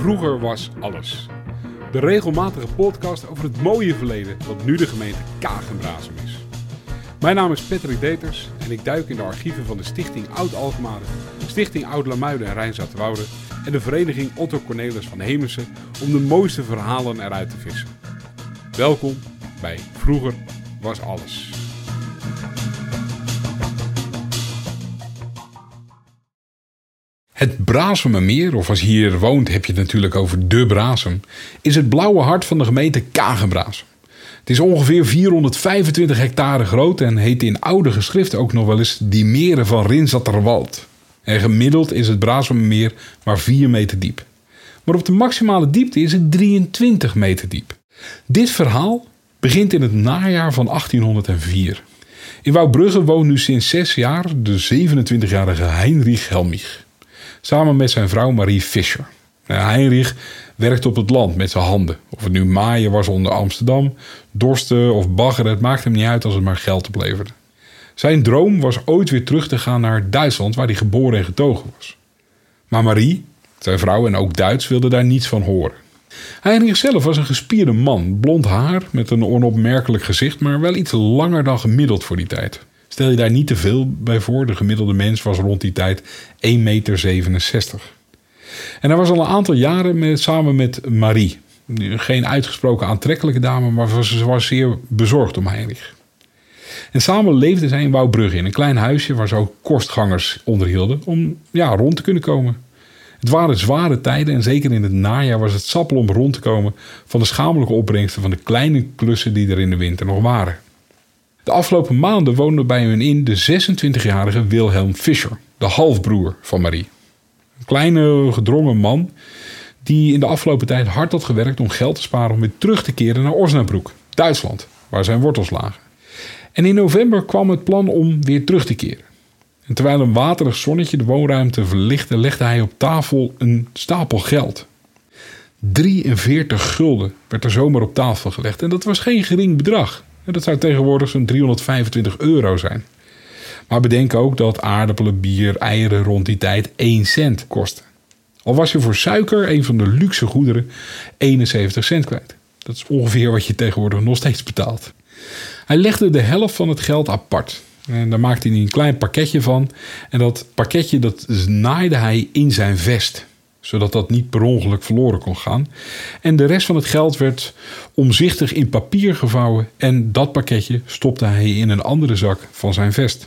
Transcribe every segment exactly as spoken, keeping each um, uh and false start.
Vroeger was alles. De regelmatige podcast over het mooie verleden dat nu de gemeente Kaag en Braassem is. Mijn naam is Patrick Deters en ik duik in de archieven van de Stichting Oud-Alkmaar, Stichting Oud-Lamuiden en Rijnzaterwoude en de vereniging Otto Cornelis van Hemessen om de mooiste verhalen eruit te vissen. Welkom bij Vroeger was alles. Het Braassemermeer, of als je hier woont heb je het natuurlijk over de Braassem, is het blauwe hart van de gemeente Kaag en Braassem. Het is ongeveer vierhonderdvijfentwintig hectare groot en heet in oude geschriften ook nog wel eens die meren van Rinzaterwald. En gemiddeld is het Braassemermeer maar vier meter diep. Maar op de maximale diepte is het drieëntwintig meter diep. Dit verhaal begint in het najaar van achttienhonderdvier. In Wouwbrugge woont nu sinds zes jaar de zevenentwintigjarige Heinrich Helmich. Samen met zijn vrouw Marie Fischer. Heinrich werkte op het land met zijn handen. Of het nu maaien was onder Amsterdam, dorsten of baggeren, het maakte hem niet uit als het maar geld opleverde. Zijn droom was ooit weer terug te gaan naar Duitsland, waar hij geboren en getogen was. Maar Marie, zijn vrouw en ook Duits, wilde daar niets van horen. Heinrich zelf was een gespierde man, blond haar met een onopmerkelijk gezicht, maar wel iets langer dan gemiddeld voor die tijd. Stel je daar niet te veel bij voor, de gemiddelde mens was rond die tijd één meter zevenenzestig. En hij was al een aantal jaren met, samen met Marie. Geen uitgesproken aantrekkelijke dame, maar ze was zeer bezorgd om Heinrich. En samen leefden zij in Wouwbrugge in een klein huisje waar ze ook kostgangers onderhielden om ja, rond te kunnen komen. Het waren zware tijden en zeker in het najaar was het sappel om rond te komen van de schamelijke opbrengsten van de kleine klussen die er in de winter nog waren. De afgelopen maanden woonde bij hun in de zesentwintigjarige Wilhelm Fischer, de halfbroer van Marie. Een kleine gedrongen man die in de afgelopen tijd hard had gewerkt om geld te sparen om weer terug te keren naar Osnabrück, Duitsland, waar zijn wortels lagen. En in november kwam het plan om weer terug te keren. En terwijl een waterig zonnetje de woonruimte verlichtte, legde hij op tafel een stapel geld. drieënveertig gulden werd er zomaar op tafel gelegd en dat was geen gering bedrag. Dat zou tegenwoordig zo'n driehonderdvijfentwintig euro zijn. Maar bedenk ook dat aardappelen, bier, eieren rond die tijd één cent kosten. Al was je voor suiker, een van de luxe goederen, eenenzeventig cent kwijt. Dat is ongeveer wat je tegenwoordig nog steeds betaalt. Hij legde de helft van het geld apart. En daar maakte hij een klein pakketje van. En dat pakketje dat naaide hij in zijn vest, zodat dat niet per ongeluk verloren kon gaan. En de rest van het geld werd omzichtig in papier gevouwen en dat pakketje stopte hij in een andere zak van zijn vest.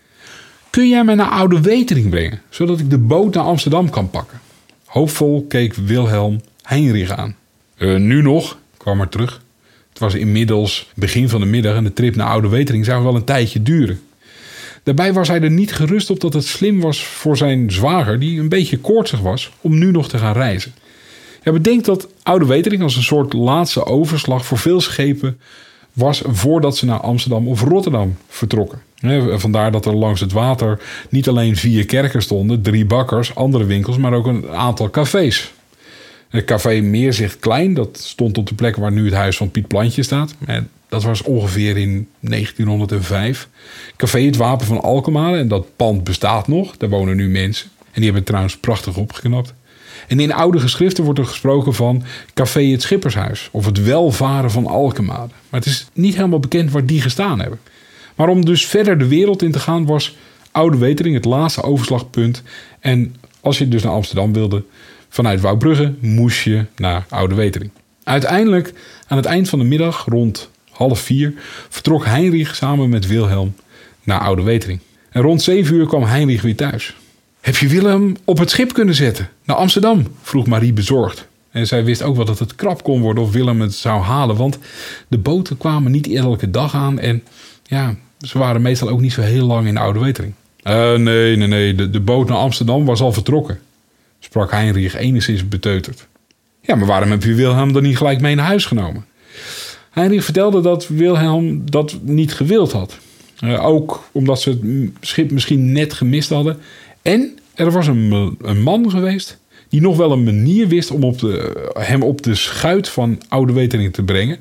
Kun jij mij naar Oude Wetering brengen, zodat ik de boot naar Amsterdam kan pakken? Hoopvol keek Wilhelm Heinrich aan. Uh, nu nog, kwam er terug. Het was inmiddels begin van de middag en de trip naar Oude Wetering zou wel een tijdje duren. Daarbij was hij er niet gerust op dat het slim was voor zijn zwager, die een beetje koortsig was, om nu nog te gaan reizen. Ja, bedenk dat Oude Wetering als een soort laatste overslag voor veel schepen was voordat ze naar Amsterdam of Rotterdam vertrokken. Vandaar dat er langs het water niet alleen vier kerken stonden, drie bakkers, andere winkels, maar ook een aantal cafés. Het café Meerzicht Klein, dat stond op de plek waar nu het huis van Piet Plantje staat. En dat was ongeveer in negentienhonderdvijf. Café Het Wapen van Alkmaar, en dat pand bestaat nog. Daar wonen nu mensen. En die hebben het trouwens prachtig opgeknapt. En in oude geschriften wordt er gesproken van Café Het Schippershuis of het Welvaren van Alkmaar. Maar het is niet helemaal bekend waar die gestaan hebben. Maar om dus verder de wereld in te gaan was Oude Wetering het laatste overslagpunt. En als je dus naar Amsterdam wilde, vanuit Wouwbrugge moest je naar Oude Wetering. Uiteindelijk, aan het eind van de middag, rond half vier, vertrok Heinrich samen met Wilhelm naar Oude Wetering. En rond zeven uur kwam Heinrich weer thuis. Heb je Willem op het schip kunnen zetten? Naar Amsterdam? Vroeg Marie bezorgd. En zij wist ook wel dat het krap kon worden of Willem het zou halen. Want de boten kwamen niet elke dag aan. En ja, ze waren meestal ook niet zo heel lang in de Oude Wetering. Uh, nee, nee, nee. De, de boot naar Amsterdam was al vertrokken, sprak Heinrich enigszins beteuterd. Ja, maar waarom heb je Wilhelm dan niet gelijk mee naar huis genomen? Heinrich vertelde dat Wilhelm dat niet gewild had. Uh, ook omdat ze het schip misschien net gemist hadden. En er was een, een man geweest die nog wel een manier wist om op de, hem op de schuit van Oude Wetering te brengen.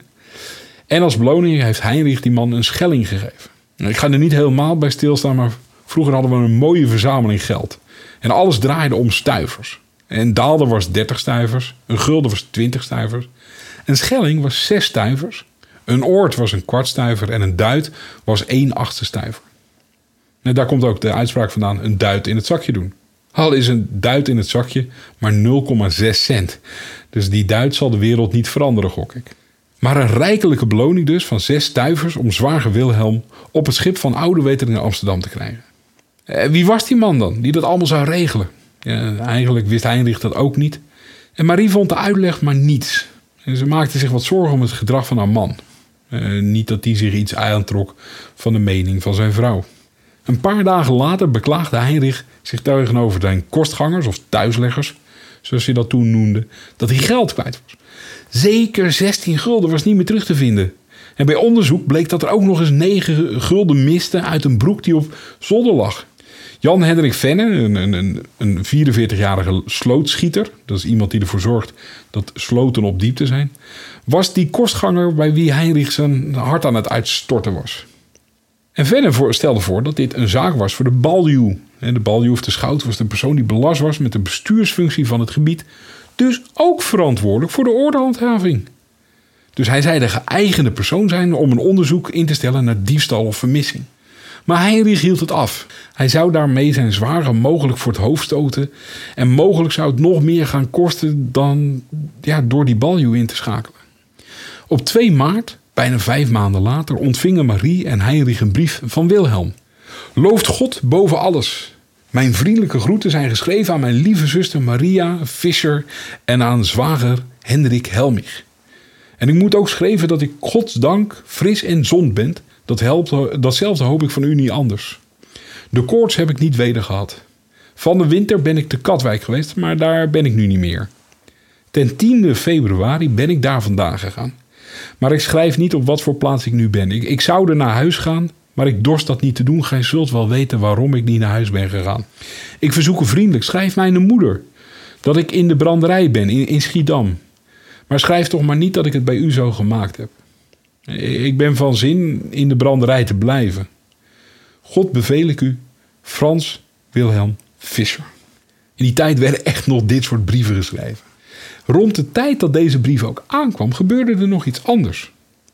En als beloning heeft Heinrich die man een schelling gegeven. Ik ga er niet helemaal bij stilstaan, maar vroeger hadden we een mooie verzameling geld. En alles draaide om stuivers. Een daalder was dertig stuivers. Een gulden was twintig stuivers. Een schelling was zes stuivers. Een oort was een kwartstuiver. En een duit was één achtste stuiver. En daar komt ook de uitspraak vandaan. Een duit in het zakje doen. Al is een duit in het zakje maar nul komma zes cent. Dus die duit zal de wereld niet veranderen, gok ik. Maar een rijkelijke beloning dus van zes stuivers om zwager Wilhelm op het schip van Oude Wetering naar Amsterdam te krijgen. Eh, wie was die man dan die dat allemaal zou regelen? Ja, eigenlijk wist Heinrich dat ook niet. En Marie vond de uitleg maar niets. En ze maakte zich wat zorgen om het gedrag van haar man. Eh, niet dat die zich iets aantrok van de mening van zijn vrouw. Een paar dagen later beklaagde Heinrich zich tegenover zijn kostgangers of thuisleggers, zoals hij dat toen noemde, dat hij geld kwijt was. Zeker zestien gulden was niet meer terug te vinden. En bij onderzoek bleek dat er ook nog eens negen gulden miste uit een broek die op zolder lag. Jan Hendrik Venne, een, een, een vierenveertigjarige slootschieter, dat is iemand die ervoor zorgt dat sloten op diepte zijn, was die kostganger bij wie Heinrich zijn hart aan het uitstorten was. En Venne stelde voor dat dit een zaak was voor de baljuw. De baljuw of de schout was de persoon die belast was met de bestuursfunctie van het gebied, dus ook verantwoordelijk voor de ordehandhaving. Dus hij zei de geëigende persoon zijn om een onderzoek in te stellen naar diefstal of vermissing. Maar Heinrich hield het af. Hij zou daarmee zijn zwager mogelijk voor het hoofd stoten. En mogelijk zou het nog meer gaan kosten dan ja, door die baljuw in te schakelen. Op twee maart, bijna vijf maanden later, ontvingen Marie en Heinrich een brief van Wilhelm. Looft God boven alles. Mijn vriendelijke groeten zijn geschreven aan mijn lieve zuster Maria Visser en aan zwager Hendrik Helmich. En ik moet ook schrijven dat ik Gods dank fris en gezond ben. Dat helpt, datzelfde hoop ik van u niet anders. De koorts heb ik niet weder gehad. Van de winter ben ik te Katwijk geweest, maar daar ben ik nu niet meer. Ten tiende februari ben ik daar vandaan gegaan. Maar ik schrijf niet op wat voor plaats ik nu ben. Ik, ik zou er naar huis gaan, maar ik dorst dat niet te doen. Gij zult wel weten waarom ik niet naar huis ben gegaan. Ik verzoek u vriendelijk, schrijf mijn moeder dat ik in de branderij ben, in, in Schiedam. Maar schrijf toch maar niet dat ik het bij u zo gemaakt heb. Ik ben van zin in de branderij te blijven. God beveel ik u, Frans Wilhelm Visser. In die tijd werden echt nog dit soort brieven geschreven. Rond de tijd dat deze brief ook aankwam, gebeurde er nog iets anders.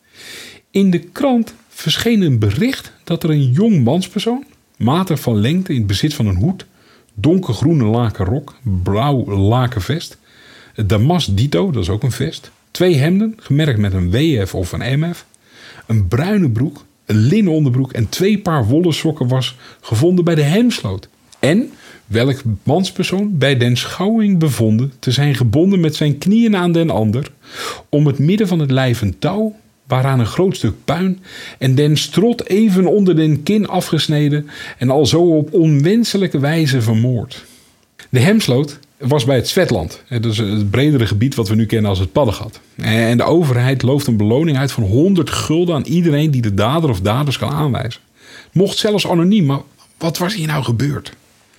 In de krant verscheen een bericht dat er een jong manspersoon, matig van lengte, in het bezit van een hoed, donkergroene laken rok, blauw laken vest, damast dito, dat is ook een vest, twee hemden, gemerkt met een W F of een M F, een bruine broek, een linnen onderbroek en twee paar wollen sokken was gevonden bij de Hemsloot. En welk manspersoon bij den schouwing bevonden te zijn gebonden met zijn knieën aan den ander, om het midden van het lijf een touw, waaraan een groot stuk puin, en den strot even onder den kin afgesneden en alzo op onwenselijke wijze vermoord. De Hemsloot was bij het Zwetland, dus het bredere gebied wat we nu kennen als het Paddegat. En de overheid looft een beloning uit van honderd gulden aan iedereen die de dader of daders kan aanwijzen. Mocht zelfs anoniem, maar wat was hier nou gebeurd?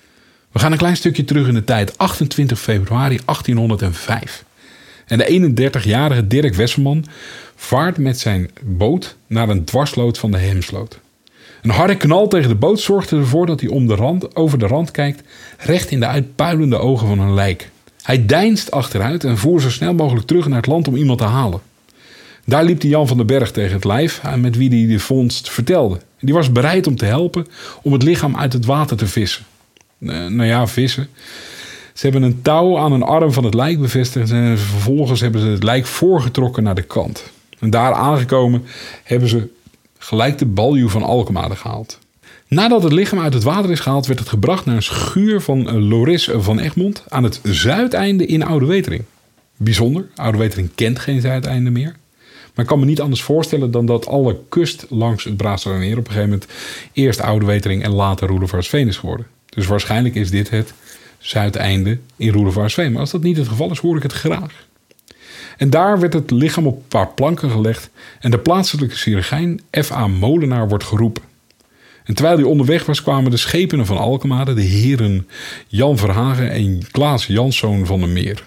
We gaan een klein stukje terug in de tijd, achtentwintig februari achttienhonderdvijf. En de eenendertigjarige Dirk Wesselman vaart met zijn boot naar een dwarsloot van de Hemsloot. Een harde knal tegen de boot zorgde ervoor dat hij om de rand, over de rand kijkt, recht in de uitpuilende ogen van een lijk. Hij deinst achteruit en voer zo snel mogelijk terug naar het land om iemand te halen. Daar liep de Jan van den Berg tegen het lijf, met wie hij de vondst vertelde. Die was bereid om te helpen om het lichaam uit het water te vissen. Uh, nou ja, vissen. Ze hebben een touw aan een arm van het lijk bevestigd en vervolgens hebben ze het lijk voorgetrokken naar de kant. En daar aangekomen hebben ze gelijk de baljuw van Alkemade gehaald. Nadat het lichaam uit het water is gehaald, werd het gebracht naar een schuur van Loris van Egmond aan het zuideinde in Oude Wetering. Bijzonder, Oude Wetering kent geen zuideinde meer. Maar ik kan me niet anders voorstellen dan dat alle kust langs het Braasdorpermeer op een gegeven moment eerst Oude Wetering en later Roelofaarsveen is geworden. Dus waarschijnlijk is dit het zuideinde in Roelofaarsveen. Maar als dat niet het geval is, hoor ik het graag. En daar werd het lichaam op een paar planken gelegd en de plaatselijke chirurgijn F A Molenaar wordt geroepen. En terwijl hij onderweg was, kwamen de schepenen van Alkemade, de heren Jan Verhagen en Klaas Janszoon van der Meer.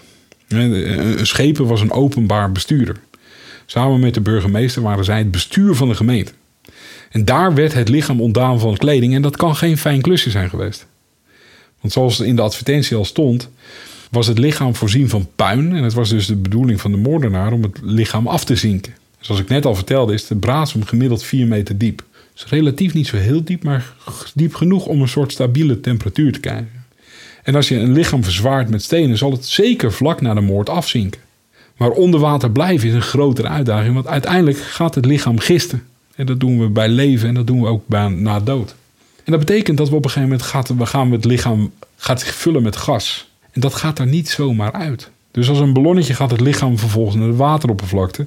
Een schepen was een openbaar bestuurder. Samen met de burgemeester waren zij het bestuur van de gemeente. En daar werd het lichaam ontdaan van kleding en dat kan geen fijn klusje zijn geweest. Want zoals in de advertentie al stond, was het lichaam voorzien van puin. En het was dus de bedoeling van de moordenaar om het lichaam af te zinken. Zoals ik net al vertelde is de braadsem gemiddeld vier meter diep. Dus relatief niet zo heel diep, maar diep genoeg om een soort stabiele temperatuur te krijgen. En als je een lichaam verzwaart met stenen, zal het zeker vlak na de moord afzinken. Maar onder water blijven is een grotere uitdaging, want uiteindelijk gaat het lichaam gisten. En dat doen we bij leven en dat doen we ook bij, na dood. En dat betekent dat we op een gegeven moment gaat, we gaan het lichaam gaat zich vullen met gas. En dat gaat er niet zomaar uit. Dus als een ballonnetje gaat het lichaam vervolgens naar de wateroppervlakte.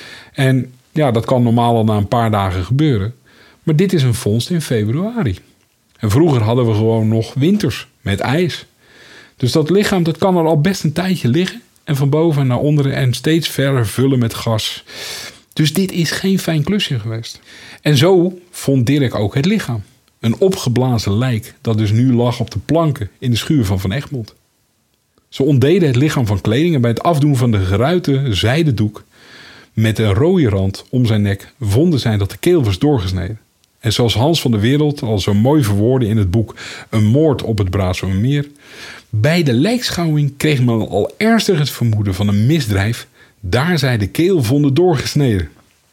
En ja, dat kan normaal al na een paar dagen gebeuren. Maar dit is een vondst in februari. En vroeger hadden we gewoon nog winters met ijs. Dus dat lichaam dat kan er al best een tijdje liggen. En van boven naar onderen en steeds verder vullen met gas. Dus dit is geen fijn klusje geweest. En zo vond Dirk ook het lichaam. Een opgeblazen lijk dat dus nu lag op de planken in de schuur van Van Egmond. Ze ontdeden het lichaam van kleding en bij het afdoen van de geruite zijden doek met een rode rand om zijn nek vonden zij dat de keel was doorgesneden. En zoals Hans van der Wereld al zo mooi verwoordde in het boek Een moord op het Braassemermeer, bij de lijkschouwing kreeg men al ernstig het vermoeden van een misdrijf, daar zij de keel vonden doorgesneden.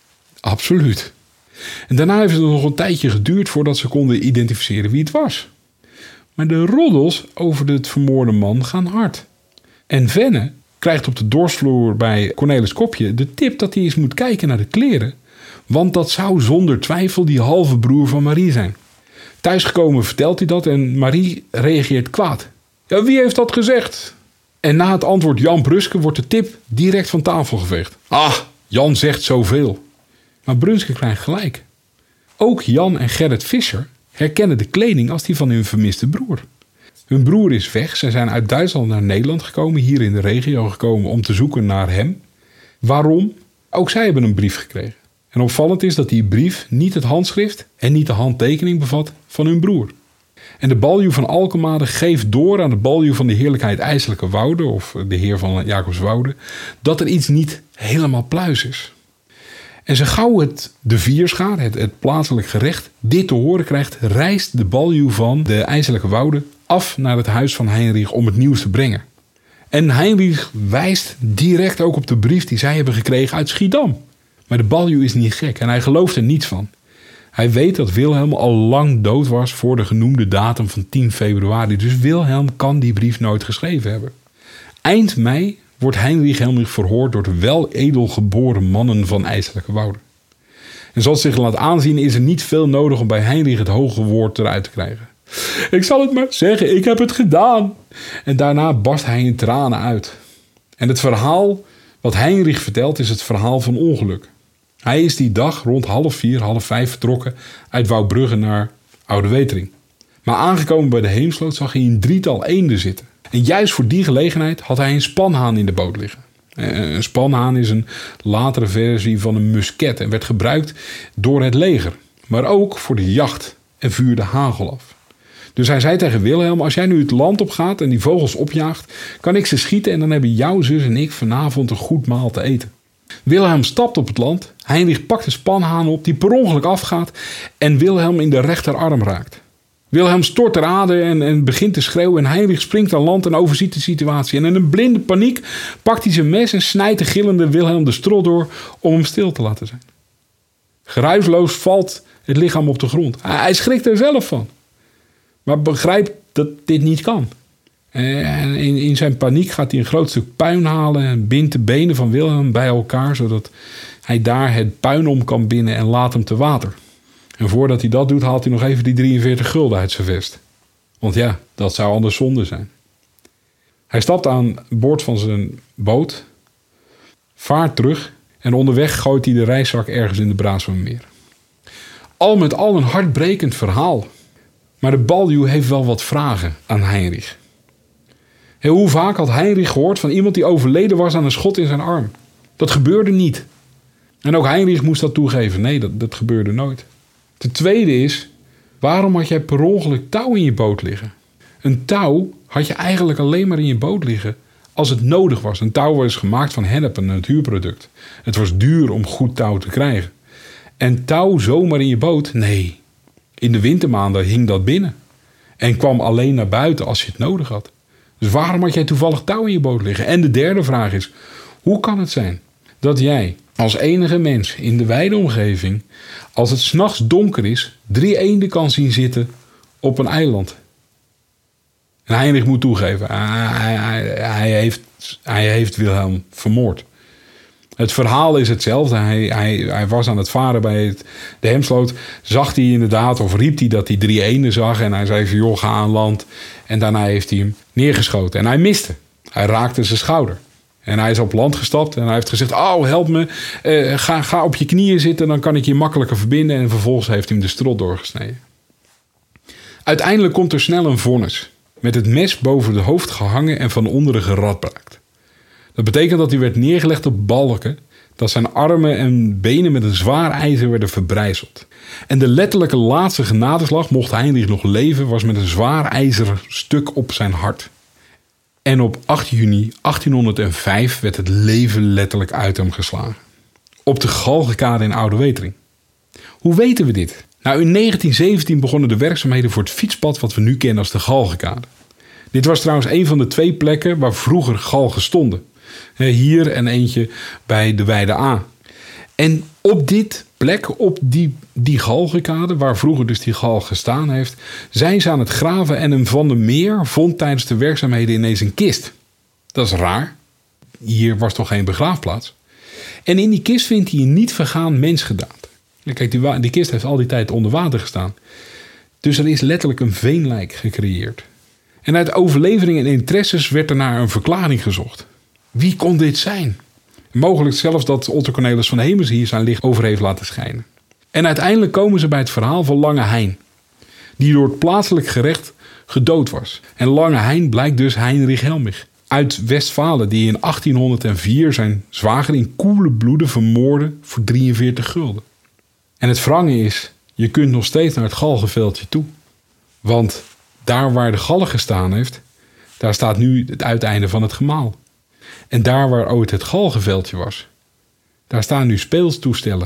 Absoluut. En daarna heeft het nog een tijdje geduurd voordat ze konden identificeren wie het was. Maar de roddels over de vermoorde man gaan hard. En Venne krijgt op de dorsvloer bij Cornelis Kopje de tip dat hij eens moet kijken naar de kleren. Want dat zou zonder twijfel die halve broer van Marie zijn. Thuisgekomen vertelt hij dat en Marie reageert kwaad. Ja, wie heeft dat gezegd? En na het antwoord Jan Bruske wordt de tip direct van tafel geveegd. Ah, Jan zegt zoveel. Maar Brunske krijgt gelijk. Ook Jan en Gerrit Visser herkennen de kleding als die van hun vermiste broer. Hun broer is weg. Zij zijn uit Duitsland naar Nederland gekomen, hier in de regio gekomen om te zoeken naar hem. Waarom? Ook zij hebben een brief gekregen. En opvallend is dat die brief niet het handschrift en niet de handtekening bevat van hun broer. En de baljuw van Alkemade geeft door aan de baljuw van de heerlijkheid IJselijke Woude, of de heer van Jacobswoude, dat er iets niet helemaal pluis is. En zo gauw het de vierschaar, het, het plaatselijk gerecht, dit te horen krijgt, reist de baljuw van de IJselijke Woude af naar het huis van Heinrich om het nieuws te brengen. En Heinrich wijst direct ook op de brief die zij hebben gekregen uit Schiedam. Maar de baljuw is niet gek en hij gelooft er niets van. Hij weet dat Wilhelm al lang dood was voor de genoemde datum van tien februari. Dus Wilhelm kan die brief nooit geschreven hebben. Eind mei wordt Heinrich Helmich verhoord door de wel edelgeboren mannen van IJselijke Woude. En zoals zich laat aanzien is er niet veel nodig om bij Heinrich het hoge woord eruit te krijgen. Ik zal het maar zeggen, ik heb het gedaan. En daarna barst hij in tranen uit. En het verhaal wat Heinrich vertelt is het verhaal van ongeluk. Hij is die dag rond half vier, half vijf vertrokken uit Wouwbrugge naar Oude Wetering. Maar aangekomen bij de Heemsloot zag hij een drietal eenden zitten. En juist voor die gelegenheid had hij een spanhaan in de boot liggen. Een spanhaan is een latere versie van een musket en werd gebruikt door het leger. Maar ook voor de jacht en vuurde hagel af. Dus hij zei tegen Wilhelm, als jij nu het land op gaat en die vogels opjaagt, kan ik ze schieten en dan hebben jouw zus en ik vanavond een goed maal te eten. Wilhelm stapt op het land. Heinrich pakt de spanhaan op die per ongeluk afgaat en Wilhelm in de rechterarm raakt. Wilhelm stort ter aarde en, en begint te schreeuwen en Heinrich springt aan land en overziet de situatie. En in een blinde paniek pakt hij zijn mes en snijdt de gillende Wilhelm de strot door om hem stil te laten zijn. Geruisloos valt het lichaam op de grond. Hij schrikt er zelf van. Maar begrijpt dat dit niet kan. En in, in zijn paniek gaat hij een groot stuk puin halen en bindt de benen van Wilhelm bij elkaar, zodat hij daar het puin om kan binden en laat hem te water. En voordat hij dat doet, haalt hij nog even die drieënveertig gulden uit zijn vest. Want ja, dat zou anders zonde zijn. Hij stapt aan boord van zijn boot, vaart terug en onderweg gooit hij de reiszak ergens in de Braassemermeer. Al met al een hartbrekend verhaal. Maar de baljuw heeft wel wat vragen aan Heinrich. Heel hoe vaak had Heinrich gehoord van iemand die overleden was aan een schot in zijn arm? Dat gebeurde niet. En ook Heinrich moest dat toegeven. Nee, dat, dat gebeurde nooit. Ten tweede is, waarom had jij per ongeluk touw in je boot liggen? Een touw had je eigenlijk alleen maar in je boot liggen als het nodig was. Een touw was gemaakt van hennep, een natuurproduct. Het was duur om goed touw te krijgen. En touw zomaar in je boot? Nee. In de wintermaanden hing dat binnen. En kwam alleen naar buiten als je het nodig had. Dus waarom had jij toevallig touw in je boot liggen? En de derde vraag is, hoe kan het zijn dat jij als enige mens in de wijde omgeving, als het 's nachts donker is, drie eenden kan zien zitten op een eiland? En Heinrich moet toegeven, hij, hij, hij, heeft, hij heeft Wilhelm vermoord. Het verhaal is hetzelfde. Hij, hij, hij was aan het varen bij het, de Hemsloot. Zag hij inderdaad, of riep hij dat hij drie eenden zag. En hij zei van, joh, ga aan land. En daarna heeft hij hem neergeschoten. En hij miste. Hij raakte zijn schouder. En hij is op land gestapt. En hij heeft gezegd, oh, help me. Uh, ga, ga op je knieën zitten, dan kan ik je makkelijker verbinden. En vervolgens heeft hij hem de strot doorgesneden. Uiteindelijk komt er snel een vonnis. Met het mes boven het hoofd gehangen en van onderen geradbraakt. Dat betekent dat hij werd neergelegd op balken, dat zijn armen en benen met een zwaar ijzer werden verbrijzeld. En de letterlijke laatste genadeslag, mocht Heinrich nog leven, was met een zwaar ijzeren stuk op zijn hart. En op acht juni achttienhonderdvijf werd het leven letterlijk uit hem geslagen. Op de Galgenkade in Oude Wetering. Hoe weten we dit? Nou, in negentien zeventien begonnen de werkzaamheden voor het fietspad wat we nu kennen als de Galgenkade. Dit was trouwens een van de twee plekken waar vroeger galgen stonden. Hier en eentje bij de Weide A. En op dit plek, op die, die Galgenkade, waar vroeger dus die galg gestaan heeft, zijn ze aan het graven en een Van der Meer vond tijdens de werkzaamheden ineens een kist. Dat is raar. Hier was toch geen begraafplaats? En in die kist vindt hij een niet vergaan mensgedaante. Kijk, die, die kist heeft al die tijd onder water gestaan. Dus er is letterlijk een veenlijk gecreëerd. En uit overleveringen en interesses werd er naar een verklaring gezocht. Wie kon dit zijn? Mogelijk zelfs dat Otto Cornelis van Hemers hier zijn licht over heeft laten schijnen. En uiteindelijk komen ze bij het verhaal van Lange Hein, die door het plaatselijk gerecht gedood was. En Lange Hein blijkt dus Heinrich Helmich uit Westfalen, die in achttienhonderdvier zijn zwager in koele bloeden vermoordde voor drieënveertig gulden. En het wrange is, je kunt nog steeds naar het galgenveldje toe. Want daar waar de galg gestaan heeft, daar staat nu het uiteinde van het gemaal. En daar waar ooit het galgenveldje was, daar staan nu speelstoestellen.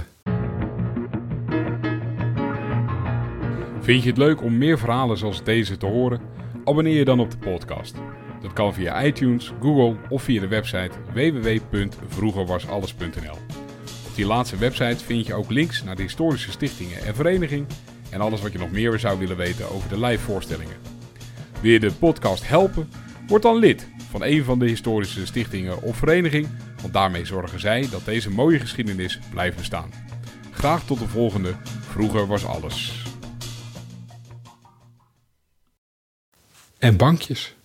Vind je het leuk om meer verhalen zoals deze te horen? Abonneer je dan op de podcast. Dat kan via iTunes, Google of via de website w w w punt vroeger was alles punt n l. Op die laatste website vind je ook links naar de historische stichtingen en vereniging en alles wat je nog meer zou willen weten over de live voorstellingen. Wil je de podcast helpen? Word dan lid van een van de historische stichtingen of vereniging, want daarmee zorgen zij dat deze mooie geschiedenis blijft bestaan. Graag tot de volgende. Vroeger was alles. En bankjes.